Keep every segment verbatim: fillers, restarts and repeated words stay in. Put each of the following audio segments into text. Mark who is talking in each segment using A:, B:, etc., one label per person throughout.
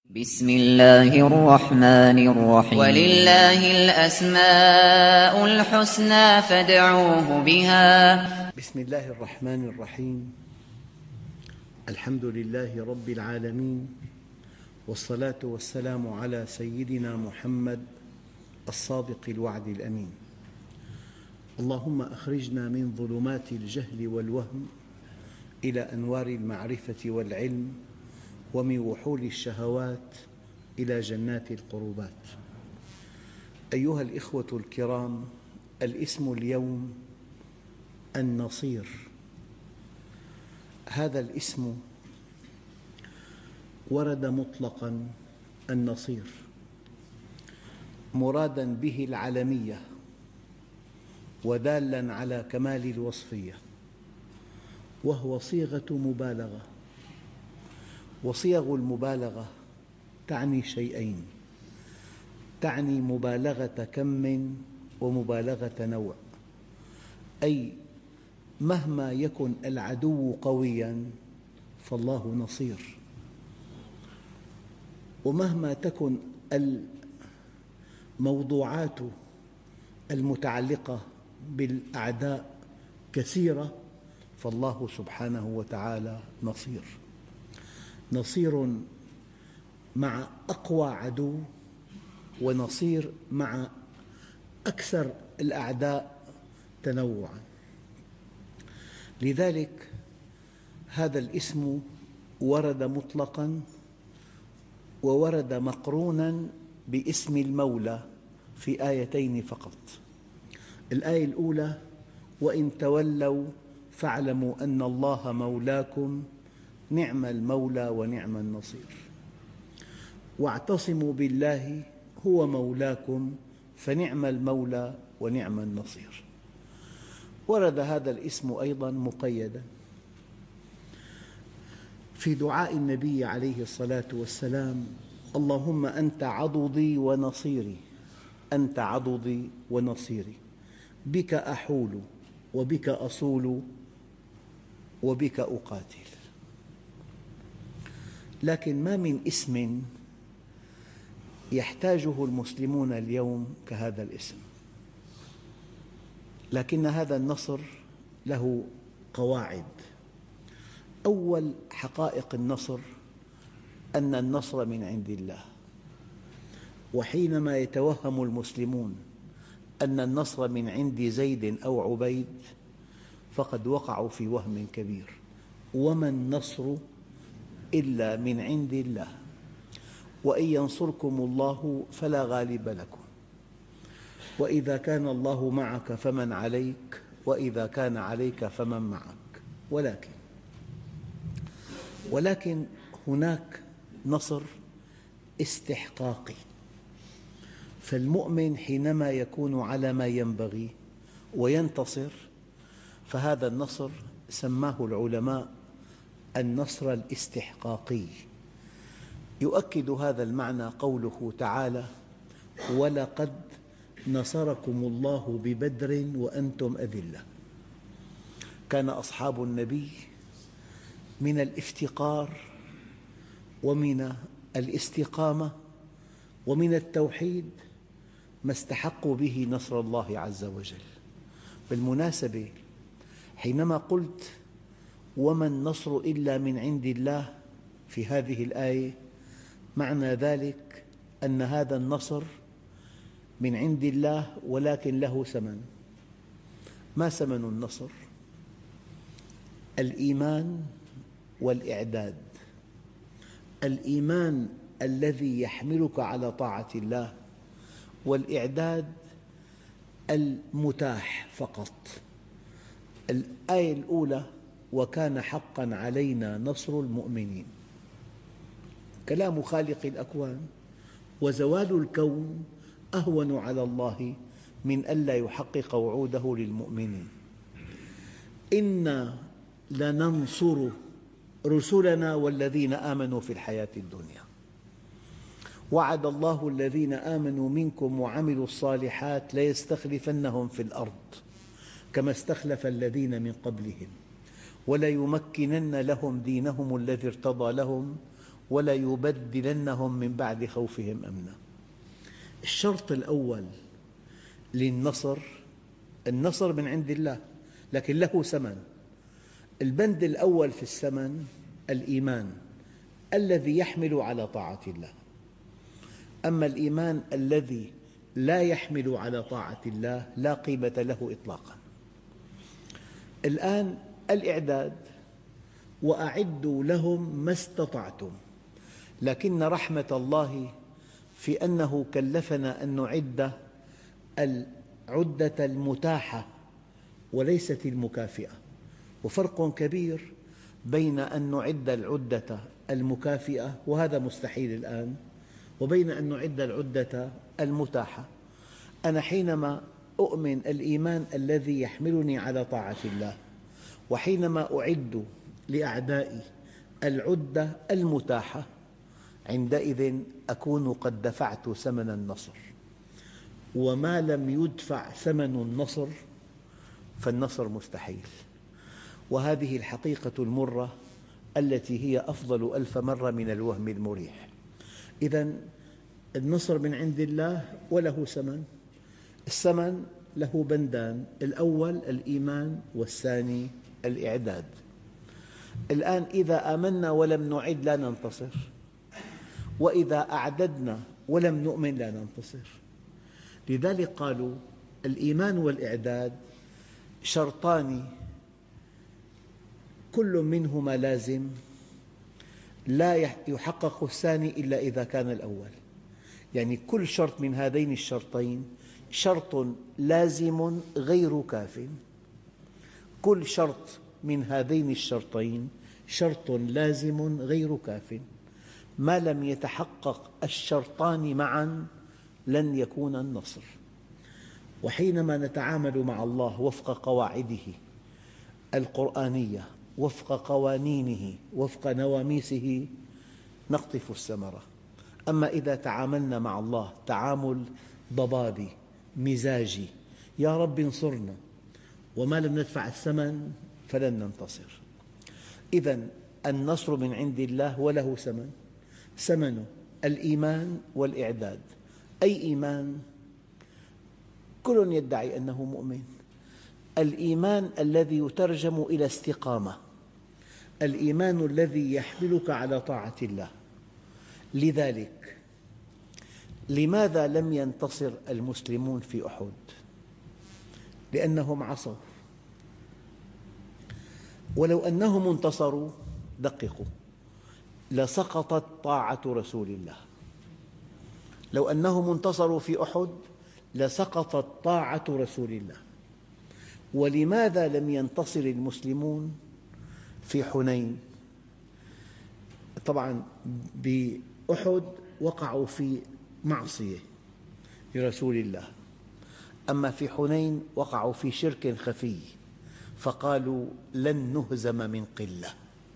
A: بسم الله الرحمن الرحيم ولله الأسماء الحسنى فادعوه بها.
B: بسم الله الرحمن الرحيم. الحمد لله رب العالمين، والصلاة والسلام على سيدنا محمد الصادق الوعد الأمين. اللهم أخرجنا من ظلمات الجهل والوهم إلى أنوار المعرفة والعلم، ومن وحول الشهوات إلى جنات القربات. أيها الإخوة الكرام، الاسم اليوم النصير. هذا الاسم ورد مطلقاً النصير، مراداً به العلمية ودالاً على كمال الوصفية، وهو صيغة مبالغة، وصيغ المبالغة تعني شيئين: تعني مبالغة كم ومبالغة نوع، أي مهما يكن العدو قوياً فالله نصير، ومهما تكن الموضوعات المتعلقة بالأعداء كثيرة فالله سبحانه وتعالى نصير. نصير مع أقوى عدو، ونصير مع أكثر الأعداء تنوعاً. لذلك هذا الاسم ورد مطلقاً، وورد مقروناً باسم المولى في آيتين فقط. الآية الأولى: وإن تولوا فاعلموا أن الله مولاكم نعم المولى ونعم النصير، واعتصموا بالله هو مولاكم فنعم المولى ونعم النصير. ورد هذا الاسم أيضاً مقيداً في دعاء النبي عليه الصلاة والسلام: اللهم أنت عضدي ونصيري، أنت عضدي ونصيري، بك أحول وبك أصول وبك أقاتل. لكن ما من اسم يحتاجه المسلمون اليوم كهذا الاسم. لكن هذا النصر له قواعد. أول حقائق النصر أن النصر من عند الله، وحينما يتوهم المسلمون أن النصر من عند زيد أو عبيد فقد وقعوا في وهم كبير. وما النصر إلا من عند الله، وإن ينصركم الله فلا غالب لكم، وإذا كان الله معك فمن عليك، وإذا كان عليك فمن معك. ولكن ولكن هناك نصر استحقاقي. فالمؤمن حينما يكون على ما ينبغي وينتصر فهذا النصر سماه العلماء النصر الاستحقاقي. يؤكد هذا المعنى قوله تعالى: ولقد نصركم الله ببدر وأنتم أذلة. كان أصحاب النبي من الافتقار ومن الاستقامة ومن التوحيد ما استحقوا به نصر الله عز وجل. بالمناسبة، حينما قلت وما النصر إلا من عند الله في هذه الآية، معنى ذلك أن هذا النصر من عند الله، ولكن له ثمن. ما ثمن النصر؟ الإيمان والإعداد. الإيمان الذي يحملك على طاعة الله، والإعداد المتاح فقط. الآية الأولى: وكان حقاً علينا نصر المؤمنين، كلام خالق الأكوان. وزوال الكون أهون على الله من ألا يحقق وعوده للمؤمنين. إنا لننصر رسلنا والذين آمنوا في الحياة الدنيا، وعد الله الذين آمنوا منكم وعملوا الصالحات ليستخلفنهم في الأرض كما استخلف الذين من قبلهم وليمكنن لهم دينهم الذي ارتضى لهم وليبدلنهم من بعد خوفهم أمنا. الشرط الأول للنصر، النصر من عند الله لكن له ثمن. البند الأول في الثمن الإيمان الذي يحمل على طاعة الله. أما الإيمان الذي لا يحمل على طاعة الله لا قيمة له إطلاقا. الآن الإعداد، وأعدوا لهم ما استطعتم، لكن رحمة الله في أنه كلفنا أن نعد العدة المتاحة وليست المكافئة، وفرق كبير بين أن نعد العدة المكافئة وهذا مستحيل الآن، وبين أن نعد العدة المتاحة. أنا حينما أؤمن الإيمان الذي يحملني على طاعة الله، وحينما أعد لأعدائي العدة المتاحة، عندئذ أكون قد دفعت ثمن النصر. وما لم يدفع ثمن النصر فالنصر مستحيل، وهذه الحقيقة المرة التي هي أفضل ألف مرة من الوهم المريح. إذن النصر من عند الله وله ثمن. الثمن له بندان، الأول الإيمان والثاني الإعداد. الآن إذا آمنا ولم نعد لا ننتصر، وإذا أعددنا ولم نؤمن لا ننتصر. لذلك قالوا الإيمان والإعداد شرطان كل منهما لازم، لا يحقق الثاني إلا إذا كان الأول. يعني كل شرط من هذين الشرطين شرط لازم غير كاف. كل شرط من هذين الشرطين شرط لازم غير كاف. ما لم يتحقق الشرطان معا لن يكون النصر. وحينما نتعامل مع الله وفق قواعده القرآنية، وفق قوانينه، وفق نواميسه، نقطف الثمرة. أما إذا تعاملنا مع الله تعامل ضبابي مزاجي، يا رب انصرنا، وما لم ندفع الثمن فلن ننتصر. إذن النصر من عند الله وله ثمن، ثمنه الإيمان والإعداد. أي إيمان؟ كل يدعي أنه مؤمن. الإيمان الذي يترجم إلى استقامة، الإيمان الذي يحملك على طاعة الله. لذلك لماذا لم ينتصر المسلمون في أحد؟ لأنهم عصوا. ولو أنهم انتصروا دققوا لسقطت طاعة رسول الله. لو أنهم انتصروا في أحد لسقطت طاعة رسول الله. ولماذا لم ينتصر المسلمون في حنين؟ طبعا بأحد وقعوا في معصية لرسول الله، أما في حنين وقعوا في شرك خفي، فقالوا لن نهزم من قلة.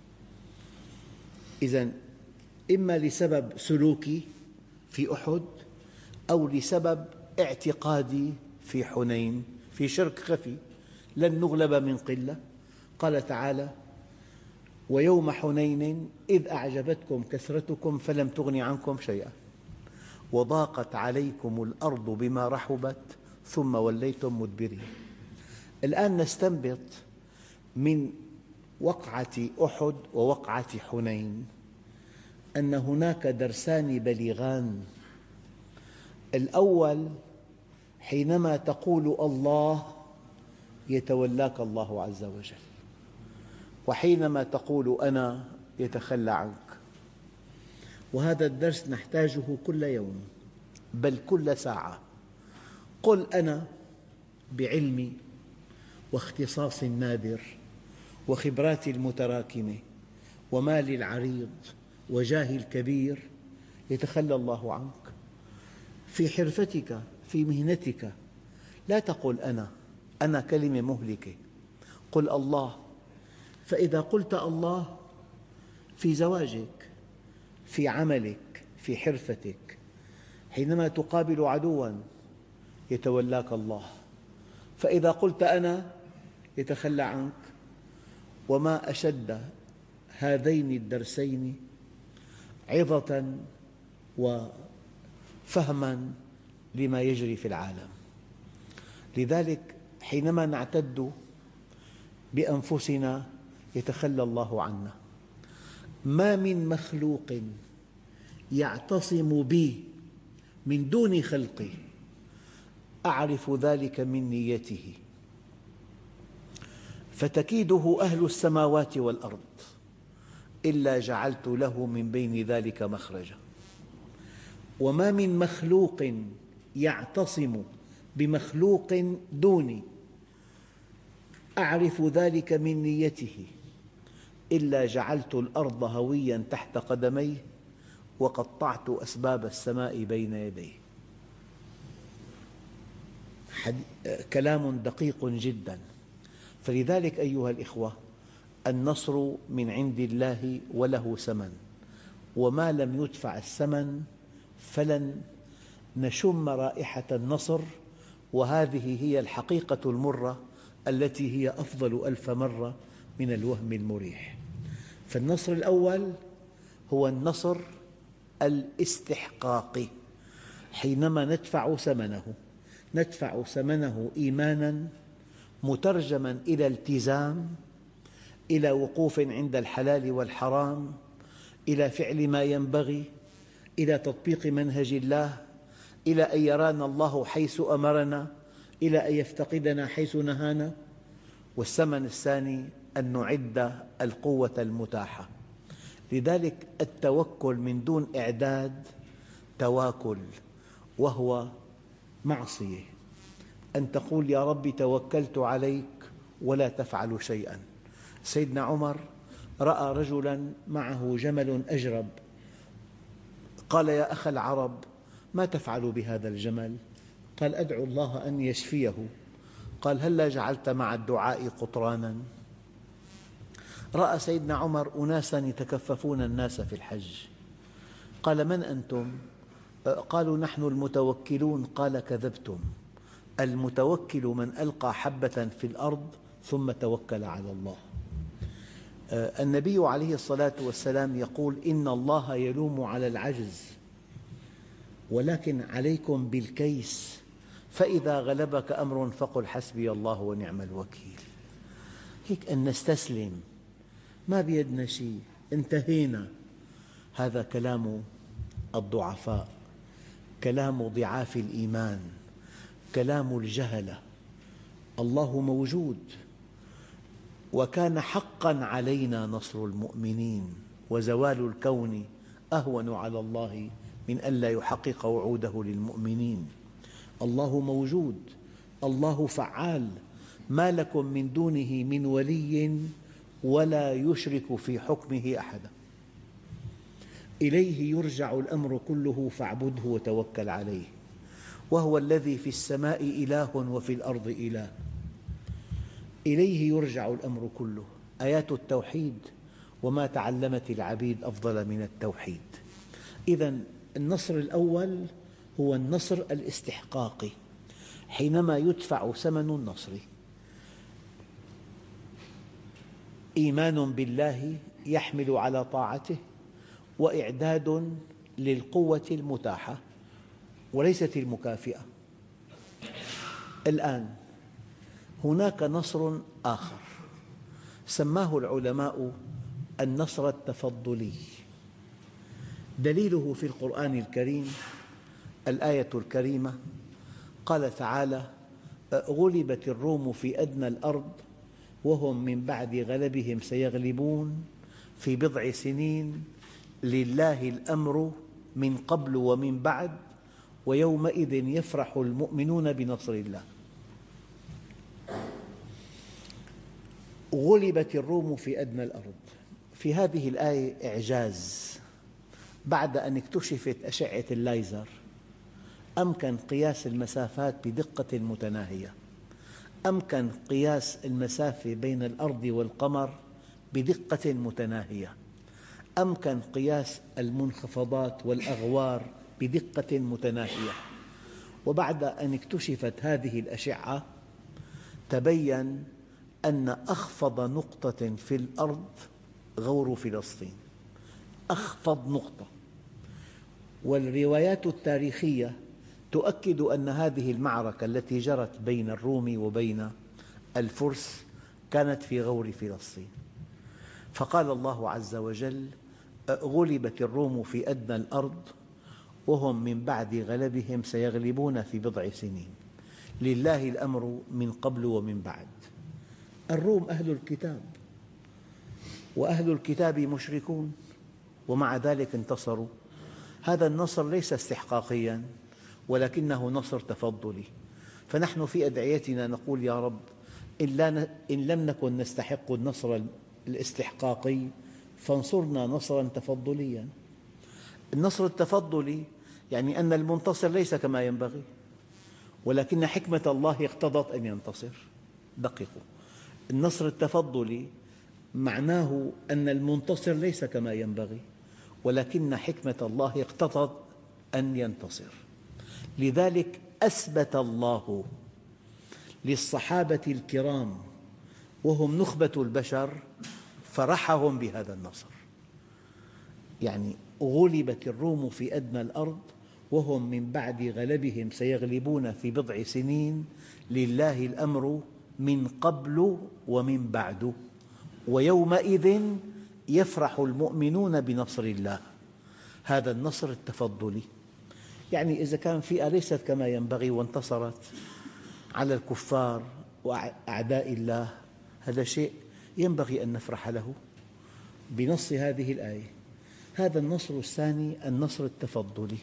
B: إذن إما لسبب سلوكي في أحد أو لسبب اعتقادي في حنين، في شرك خفي، لن نغلب من قلة. قال تعالى: ويوم حنين إذ أعجبتكم كثرتكم فلم تغن عنكم شيئا وضاقت عليكم الأرض بما رحبت ثم وليتم مدبرين. الآن نستنبط من وقعة أحد ووقعة حنين أن هناك درسان بليغان. الأول، حينما تقول الله يتولاك الله عز وجل، وحينما تقول أنا يتخلى عنك. وهذا الدرس نحتاجه كل يوم بل كل ساعة. قل أنا بعلمي واختصاصي النادر وخبراتي المتراكمة ومالي العريض وجاهي الكبير يتخلى الله عنك. في حرفتك في مهنتك لا تقل أنا، أنا كلمة مهلكة، قل الله. فإذا قلت الله في زواجك، في عملك، في حرفتك، حينما تقابل عدواً يتولاك الله. فإذا قلت أنا يتخلى عنك. وما أشد هذين الدرسين عظة وفهما لما يجري في العالم. لذلك حينما نعتد بأنفسنا يتخلى الله عنا. ما من مخلوق يعتصم بي من دون خلقي أعرف ذلك من نيته، فتكيده أهل السماوات والأرض إلا جعلت له من بين ذلك مخرجا. وما من مخلوق يعتصم بمخلوق دوني أعرف ذلك من نيته إلا جعلت الأرض هويا تحت قدميه وقطعت أسباب السماء بين يديه. كلام دقيق جدا. فلذلك أيها الإخوة، النصر من عند الله وله ثمن، وما لم يدفع الثمن فلن نشم رائحة النصر، وهذه هي الحقيقة المرة التي هي أفضل ألف مرة من الوهم المريح. فالنصر الأول هو النصر الاستحقاقي، حينما ندفع ثمنه، ندفع ثمنه إيمانا مترجما إلى التزام، إلى وقوف عند الحلال والحرام، إلى فعل ما ينبغي، إلى تطبيق منهج الله، إلى أن يرانا الله حيث أمرنا، إلى أن يفتقدنا حيث نهانا. والثمن الثاني أن نعد القوة المتاحة. لذلك التوكل من دون إعداد تواكل، وهو معصية. أن تقول يا رب توكلت عليك ولا تفعل شيئا. سيدنا عمر رأى رجلا معه جمل أجرب، قال يا أخ العرب ما تفعل بهذا الجمل؟ قال أدعو الله أن يشفيه. قال هلا جعلت مع الدعاء قطرانا؟ رأى سيدنا عمر أناسا يتكففون الناس في الحج، قال من أنتم؟ قالوا نحن المتوكلون. قال كذبتم، المتوكل من ألقى حبة في الأرض ثم توكل على الله. النبي عليه الصلاة والسلام يقول إن الله يلوم على العجز ولكن عليكم بالكيس، فإذا غلبك أمر فقل حسبي الله ونعم الوكيل. هيك أن نستسلم، ما بيدنا شيء، انتهينا. هذا كلام الضعفاء، كلام ضعاف الإيمان، كلام الجهلة. الله موجود، وكان حقا علينا نصر المؤمنين، وزوال الكون أهون على الله من ألا يحقق وعوده للمؤمنين. الله موجود، الله فعال، ما لكم من دونه من ولي ولا يشرك في حكمه أحدا. إليه يرجع الأمر كله فاعبده وتوكل عليه، وهو الذي في السماء إله وفي الأرض إله. إليه يرجع الأمر كله. آيات التوحيد وما تعلمت العبيد أفضل من التوحيد. إذن النصر الأول هو النصر الاستحقاقي، حينما يدفع ثمن النصر. إيمان بالله يحمل على طاعته، وإعداد للقوة المتاحة وليست المكافئة. الآن هناك نصر آخر سماه العلماء النصر التفضلي. دليله في القرآن الكريم الآية الكريمة، قال تعالى غلبت الروم في أدنى الأرض وهم من بعد غلبهم سيغلبون في بضع سنين لله الأمر من قبل ومن بعد ويومئذ يفرح المؤمنون بنصر الله. غلبت الروم في أدنى الأرض. في هذه الآية إعجاز. بعد أن اكتشفت أشعة الليزر أمكن قياس المسافات بدقة متناهية، أمكن قياس المسافة بين الأرض والقمر بدقة متناهية، أمكن قياس المنخفضات والأغوار بدقة متناهية. وبعد أن اكتشفت هذه الأشعة تبين أن أخفض نقطة في الأرض غور فلسطين. أخفض نقطة والروايات التاريخية تؤكد أن هذه المعركة التي جرت بين الروم وبين الفرس كانت في غور فلسطين. فقال الله عز وجل: غلبت الروم في أدنى الأرض وهم من بعد غلبهم سيغلبون في بضع سنين لله الأمر من قبل ومن بعد. الروم أهل الكتاب، وأهل الكتاب مشركون، ومع ذلك انتصروا. هذا النصر ليس استحقاقياً، ولكنه نصر تفضلي. فنحن في أدعيتنا نقول: يا رب، إن لم نكن نستحق النصر الاستحقاقي فانصرنا نصراً تفضلياً. النصر التفضلي يعني أن المنتصر ليس كما ينبغي، ولكن حكمة الله اقتضت أن ينتصر. دققوا، النصر التفضلي معناه أن المنتصر ليس كما ينبغي، ولكن حكمة الله اقتضت أن ينتصر. لذلك أثبت الله للصحابة الكرام وهم نخبة البشر فرحهم بهذا النصر. يعني غلبت الروم في أدنى الأرض وهم من بعد غلبهم سيغلبون في بضع سنين لله الأمر من قبل ومن بعد ويومئذ يفرح المؤمنون بنصر الله. هذا النصر التفضلي. يعني إذا كان فئة ليست كما ينبغي وانتصرت على الكفار وأعداء الله، هذا شيء ينبغي أن نفرح له بنص هذه الآية. هذا النصر الثاني، النصر التفضلي.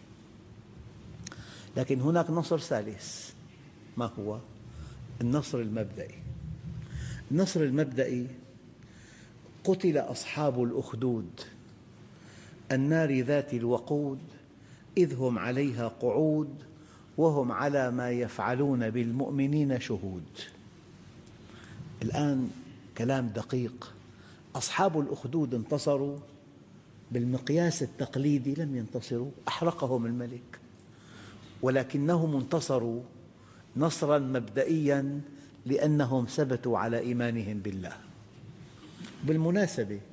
B: لكن هناك نصر ثالث، ما هو؟ النصر المبدئي. النصر المبدئي: قتل أصحاب الأخدود النار ذات الوقود إذ هم عليها قعود وهم على ما يفعلون بالمؤمنين شهود. الآن كلام دقيق. أصحاب الأخدود انتصروا بالمقياس التقليدي، لم ينتصروا، أحرقهم الملك، ولكنهم انتصروا نصراً مبدئياً لأنهم ثبتوا على إيمانهم بالله. بالمناسبة،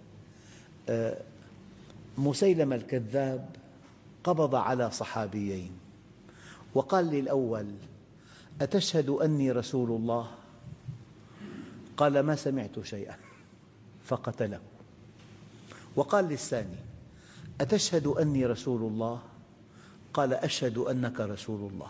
B: مسيلمة الكذاب قبض على صحابيين وقال للأول: أتشهد أني رسول الله؟ قال: ما سمعت شيئا، فقتله. وقال للثاني: أتشهد أني رسول الله؟ قال: أشهد أنك رسول الله.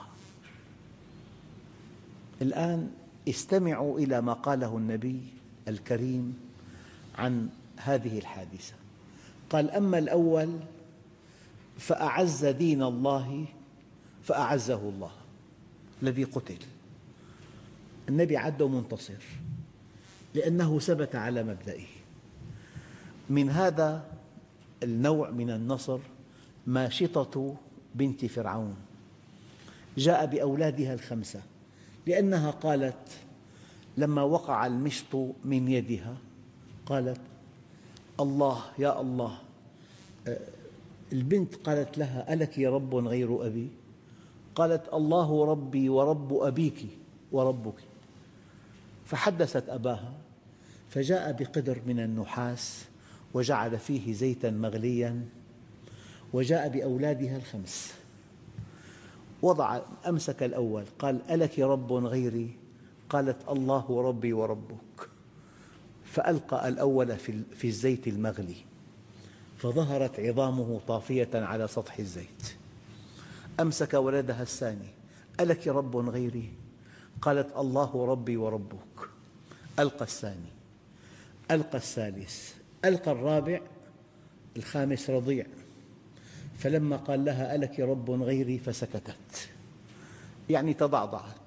B: الآن استمعوا إلى ما قاله النبي الكريم عن هذه الحادثة. قال: أما الأول فأعز دين الله فأعزه الله الذي قتل. النبي عده منتصر لأنه ثبت على مبدئه. من هذا النوع من النصر ماشطة بنت فرعون جاء بأولادها الخمسة، لأنها قالت لما وقع المشط من يدها قالت: الله يا الله. البنت قالت لها: ألك رب غير أبي؟ قالت: الله ربي ورب أبيك وربك. فحدثت أباها، فجاء بقدر من النحاس وجعل فيه زيتاً مغلياً وجاء بأولادها الخمس، وضع أمسك الأول قال: ألك رب غيري؟ قالت: الله ربي وربك. فألقى الأول في الزيت المغلي فظهرت عظامه طافية على سطح الزيت. أمسك ولدها الثاني: ألك رب غيري؟ قالت: الله ربي وربك. ألقى الثاني، ألقى الثالث، ألقى الرابع، الخامس رضيع. فلما قال لها: ألك رب غيري؟ فسكتت، يعني تضعضعت.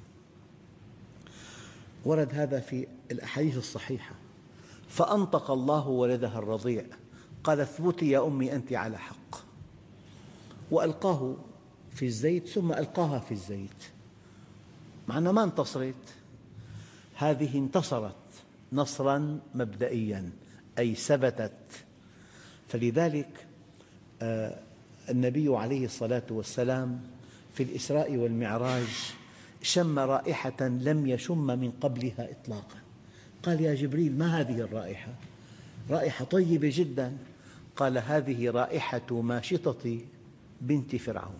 B: ورد هذا في الأحاديث الصحيحة. فأنطق الله ولدها الرضيع قال: اثبتي يا أمي أنت على حق، وألقاه في الزيت ثم ألقاها في الزيت، مع أنها ما انتصرت. هذه انتصرت نصراً مبدئياً، أي ثبتت. فلذلك النبي عليه الصلاة والسلام في الإسراء والمعراج شم رائحة لم يشم من قبلها إطلاقاً. قال: يا جبريل، ما هذه الرائحة؟ رائحة طيبة جداً. قال: هذه رائحة ماشطة بنت فرعون.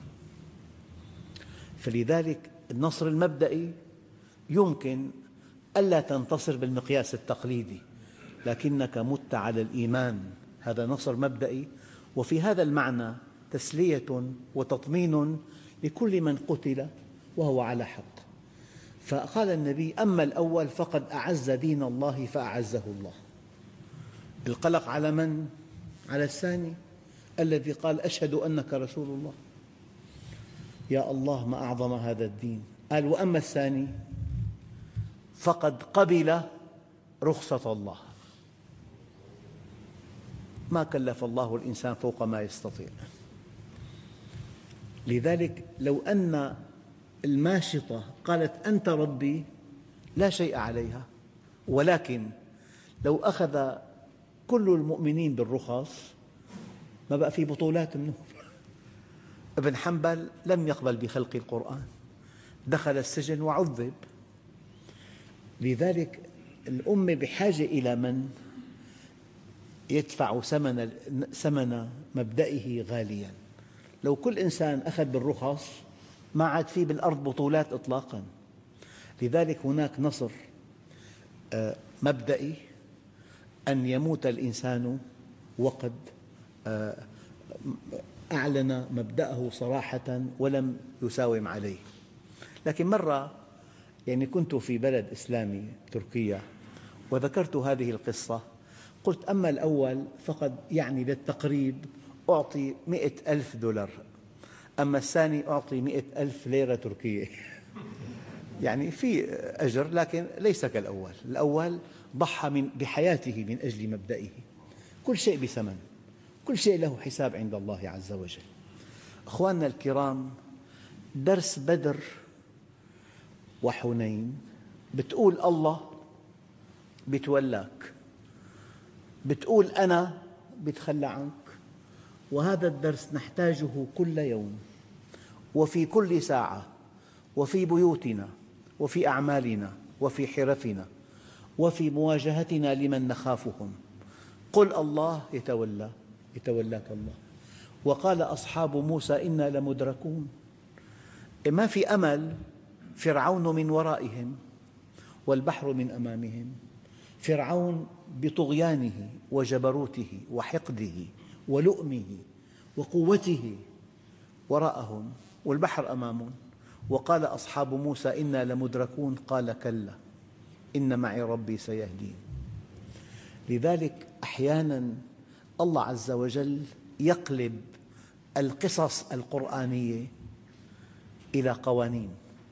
B: فلذلك النصر المبدئي يمكن ألا تنتصر بالمقياس التقليدي، لكنك مت على الإيمان، هذا نصر مبدئي. وفي هذا المعنى تسلية وتطمين لكل من قتل وهو على حق. فقال النبي: أما الأول فقد أعز دين الله فأعزه الله. القلق على من؟ على الثاني الذي قال: أشهد أنك رسول الله. يا الله ما أعظم هذا الدين. قال: وأما الثاني فقد قبل رخصة الله. ما كلف الله الإنسان فوق ما يستطيع. لذلك لو أن الماشطة قالت: أنت ربي، لا شيء عليها. ولكن لو أخذ كل المؤمنين بالرخص ما بقى في بطولات منه. ابن حنبل لم يقبل بخلق القرآن، دخل السجن وعذب. لذلك الأمة بحاجة إلى من يدفع ثمن ثمن مبدئه غالياً. لو كل إنسان أخذ بالرخص ما عاد فيه بالأرض بطولات إطلاقاً. لذلك هناك نصر مبدئي، أن يموت الإنسان وقد أعلن مبدأه صراحة ولم يساوم عليه. لكن مرة يعني كنت في بلد إسلامي تركيا وذكرت هذه القصة، قلت: أما الأول فقد يعني للتقريب أعطي مئة ألف دولار، أما الثاني أعطي مئة ألف ليرة تركية. يعني في أجر لكن ليس كالأول. الأول ضحى من بحياته من أجل مبدئه. كل شيء بثمن، كل شيء له حساب عند الله عز وجل. أخواننا الكرام، درس بدر وحنين بتقول الله بتولاك، بتقول أنا بتخلى عنك. وهذا الدرس نحتاجه كل يوم وفي كل ساعة، وفي بيوتنا وفي أعمالنا وفي حرفنا وفي مواجهتنا لمن نخافهم. قل الله يتولى يتولاك الله. وقال أصحاب موسى: إنا لمدركون. ما في أمل، فرعون من ورائهم والبحر من أمامهم. فرعون بطغيانه وجبروته وحقده ولؤمه وقوته وراءهم، والبحر أمامهم. وقال أصحاب موسى: إنا لمدركون. قال: كلا إن معي ربي سيهدين. لذلك أحياناً الله عز وجل يقلب القصص القرآنية إلى قوانين.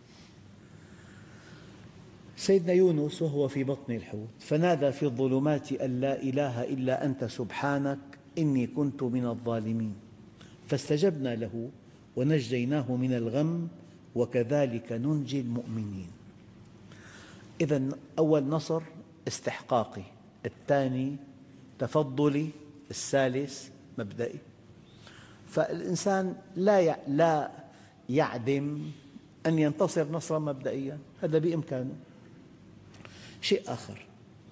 B: سيدنا يونس وهو في بطن الحوت فنادى في الظلمات أن لا إله إلا أنت سبحانك إني كنت من الظالمين، فاستجبنا له ونجيناه من الغم وكذلك ننجي المؤمنين. إذن أول نصر استحقاقي، الثاني تفضلي، الثالث مبدئي. فالإنسان لا لا يعدم أن ينتصر نصراً مبدئياً، هذا بإمكانه. شيء آخر،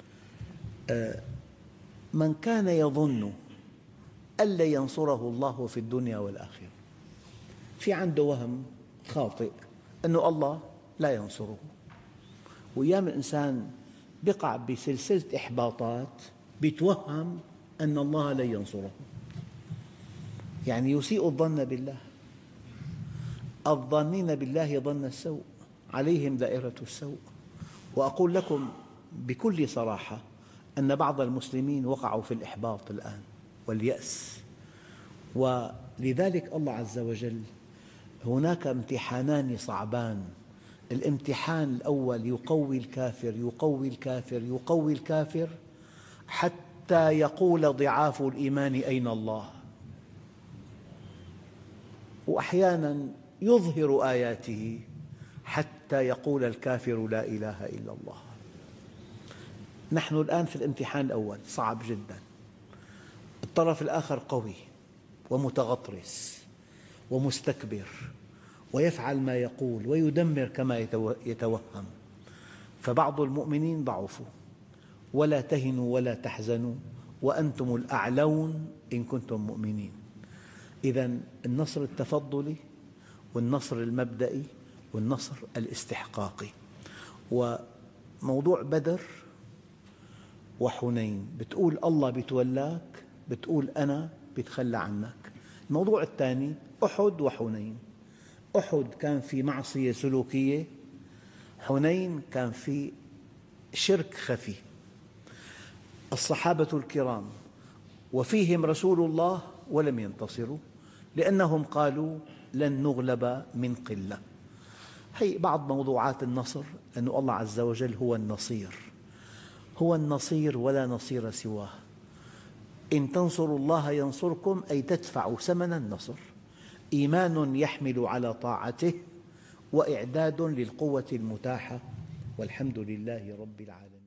B: من كان يظن ألا ينصره الله في الدنيا والآخرة، في عنده وهم خاطئ أن الله لا ينصره. وأيام الإنسان يقع بسلسلة إحباطات يتوهم أن الله لا ينصره، يعني يسيء الظن بالله. الظانين بالله ظن السوء عليهم دائرة السوء. وأقول لكم بكل صراحة أن بعض المسلمين وقعوا في الإحباط الآن واليأس. ولذلك الله عز وجل هناك امتحانان صعبان. الامتحان الأول يقوي الكافر يقوي الكافر يقوي الكافر حتى يقول ضعاف الإيمان أين الله، وأحياناً يظهر آياته حتى يقول الكافر لا إله إلا الله. نحن الآن في الامتحان الأول صعب جداً. الطرف الآخر قوي ومتغطرس ومستكبر ويفعل ما يقول ويدمر كما يتوهم. فبعض المؤمنين ضعفوا. ولا تهنوا ولا تحزنوا وأنتم الأعلون إن كنتم مؤمنين. إذن النصر التفضلي والنصر المبدئي والنصر الاستحقاقي. وموضوع بدر وحنين بتقول الله بيتولاك، بتقول أنا بيتخلى عنك. الموضوع الثاني أحد وحنين. أحد كان في معصية سلوكية، حنين كان في شرك خفي. الصحابة الكرام وفيهم رسول الله ولم ينتصروا لأنهم قالوا لن نغلب من قلة. هي بعض موضوعات النصر، أن الله عز وجل هو النصير، هو النصير ولا نصير سواه. إن تنصروا الله ينصركم، أي تدفعوا ثمن النصر. إيمان يحمل على طاعته وإعداد للقوة المتاحة، والحمد لله رب العالمين.